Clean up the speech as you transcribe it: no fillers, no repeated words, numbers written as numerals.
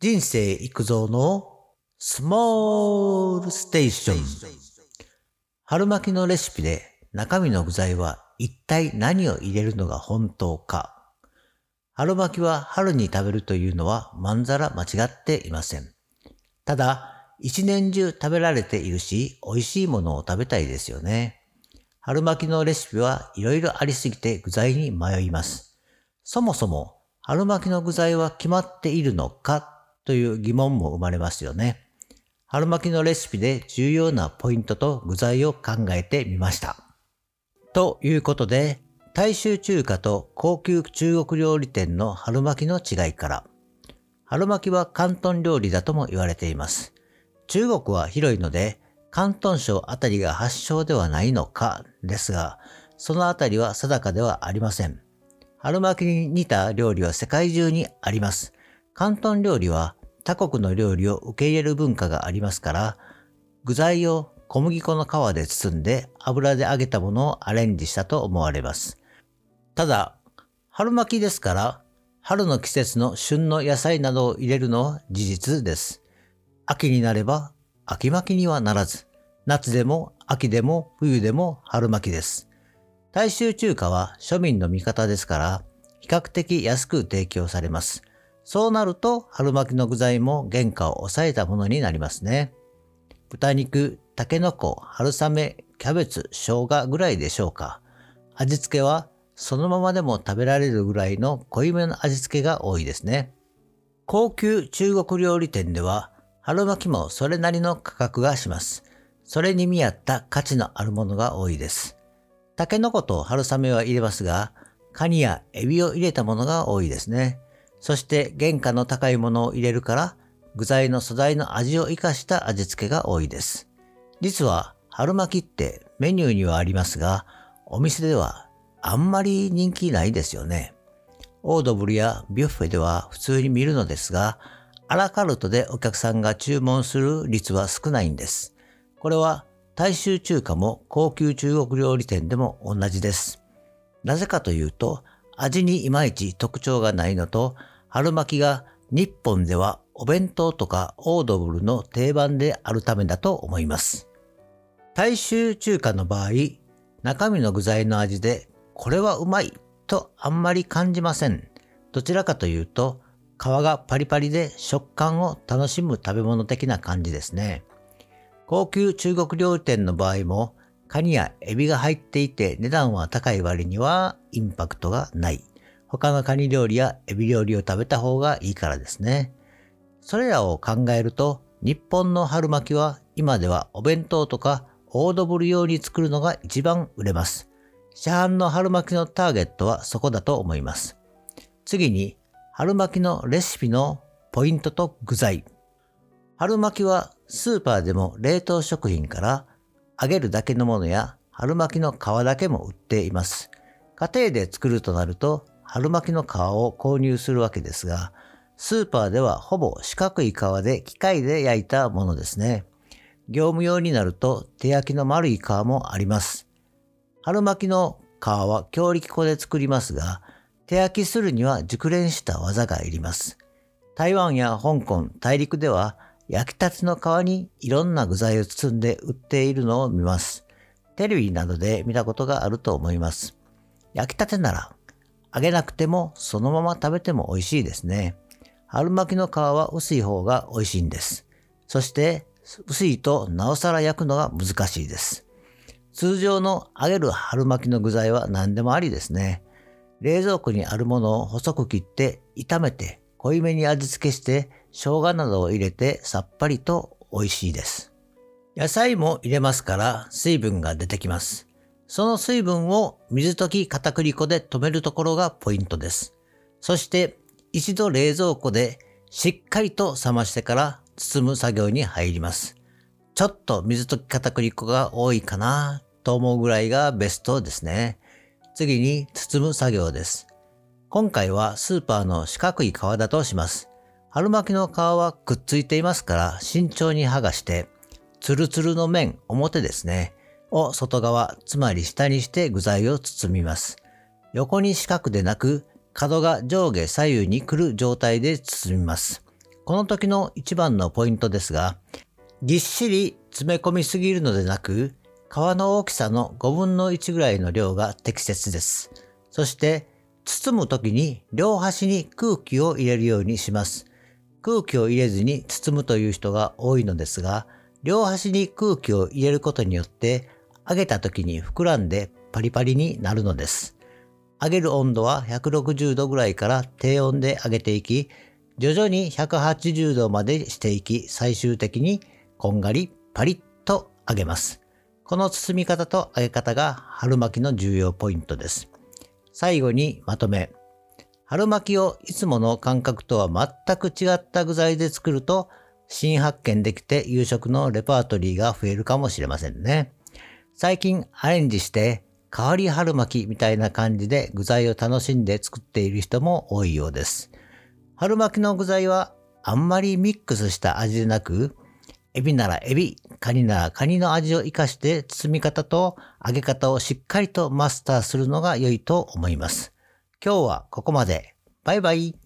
人生育造のスモールステーション。春巻きのレシピで中身の具材は一体何を入れるのが本当か。春巻きは春に食べるというのはまんざら間違っていません。ただ、一年中食べられているし、美味しいものを食べたいですよね。春巻きのレシピはいろいろありすぎて具材に迷います。そもそも春巻きの具材は決まっているのかという疑問も生まれますよね。春巻きのレシピで重要なポイントと具材を考えてみました。ということで、大衆中華と高級中国料理店の春巻きの違いから。春巻きは広東料理だとも言われています。中国は広いので、広東省あたりが発祥ではないのかですが、そのあたりは定かではありません。春巻きに似た料理は世界中にあります。広東料理は他国の料理を受け入れる文化がありますから、具材を小麦粉の皮で包んで油で揚げたものをアレンジしたと思われます。ただ、春巻きですから、春の季節の旬の野菜などを入れるのは事実です。秋になれば秋巻きにはならず、夏でも秋でも冬でも春巻きです。大衆中華は庶民の味方ですから、比較的安く提供されます。そうなると春巻きの具材も原価を抑えたものになりますね。豚肉、タケノコ、春雨、キャベツ、生姜ぐらいでしょうか。味付けはそのままでも食べられるぐらいの濃いめの味付けが多いですね。高級中国料理店では春巻きもそれなりの価格がします。それに見合った価値のあるものが多いです。タケノコと春雨は入れますが、カニやエビを入れたものが多いですね。そして原価の高いものを入れるから具材の素材の味を生かした味付けが多いです。実は春巻きってメニューにはありますが、お店ではあんまり人気ないですよね。オードブルやビュッフェでは普通に見るのですが、アラカルトでお客さんが注文する率は少ないんです。これは大衆中華も高級中国料理店でも同じです。なぜかというと、味にいまいち特徴がないのと、春巻きが日本ではお弁当とかオードブルの定番であるためだと思います。大衆中華の場合、中身の具材の味でこれはうまいとあんまり感じません。どちらかというと、皮がパリパリで食感を楽しむ食べ物的な感じですね。高級中国料理店の場合も、カニやエビが入っていて値段は高い割にはインパクトがない。他のカニ料理やエビ料理を食べた方がいいからですね。それらを考えると、日本の春巻きは今ではお弁当とかオードブル用に作るのが一番売れます。市販の春巻きのターゲットはそこだと思います。次に、春巻きのレシピのポイントと具材。春巻きはスーパーでも冷凍食品から揚げるだけのものや春巻きの皮だけも売っています。家庭で作るとなると春巻きの皮を購入するわけですが、スーパーではほぼ四角い皮で機械で焼いたものですね。業務用になると手焼きの丸い皮もあります。春巻きの皮は強力粉で作りますが、手焼きするには熟練した技がいります。台湾や香港、大陸では焼きたての皮にいろんな具材を包んで売っているのを見ます。テレビなどで見たことがあると思います。焼きたてなら揚げなくてもそのまま食べても美味しいですね。春巻きの皮は薄い方が美味しいんです。そして薄いとなおさら焼くのが難しいです。通常の揚げる春巻きの具材は何でもありですね。冷蔵庫にあるものを細く切って炒めて濃いめに味付けして生姜などを入れてさっぱりと美味しいです。野菜も入れますから水分が出てきます。その水分を水溶き片栗粉で止めるところがポイントです。そして一度冷蔵庫でしっかりと冷ましてから包む作業に入ります。ちょっと水溶き片栗粉が多いかなと思うぐらいがベストですね。次に包む作業です。今回はスーパーの四角い皮だとします。春巻きの皮はくっついていますから慎重に剥がして、ツルツルの面、表ですね、を外側、つまり下にして具材を包みます。横に四角でなく、角が上下左右に来る状態で包みます。 この時の一番のポイントですが、ぎっしり詰め込みすぎるのでなく、皮の大きさの5分の1ぐらいの量が適切です。そして、包む時に両端に空気を入れるようにします。空気を入れずに包むという人が多いのですが、両端に空気を入れることによって、揚げた時に膨らんでパリパリになるのです。揚げる温度は160度ぐらいから低温で揚げていき、徐々に180度までしていき、最終的にこんがりパリッと揚げます。この包み方と揚げ方が春巻きの重要ポイントです。最後にまとめ。春巻きをいつもの感覚とは全く違った具材で作ると新発見できて夕食のレパートリーが増えるかもしれませんね。最近アレンジして変わり春巻きみたいな感じで具材を楽しんで作っている人も多いようです。春巻きの具材はあんまりミックスした味でなく、エビならエビ、カニならカニの味を活かして包み方と揚げ方をしっかりとマスターするのが良いと思います。今日はここまで。バイバイ。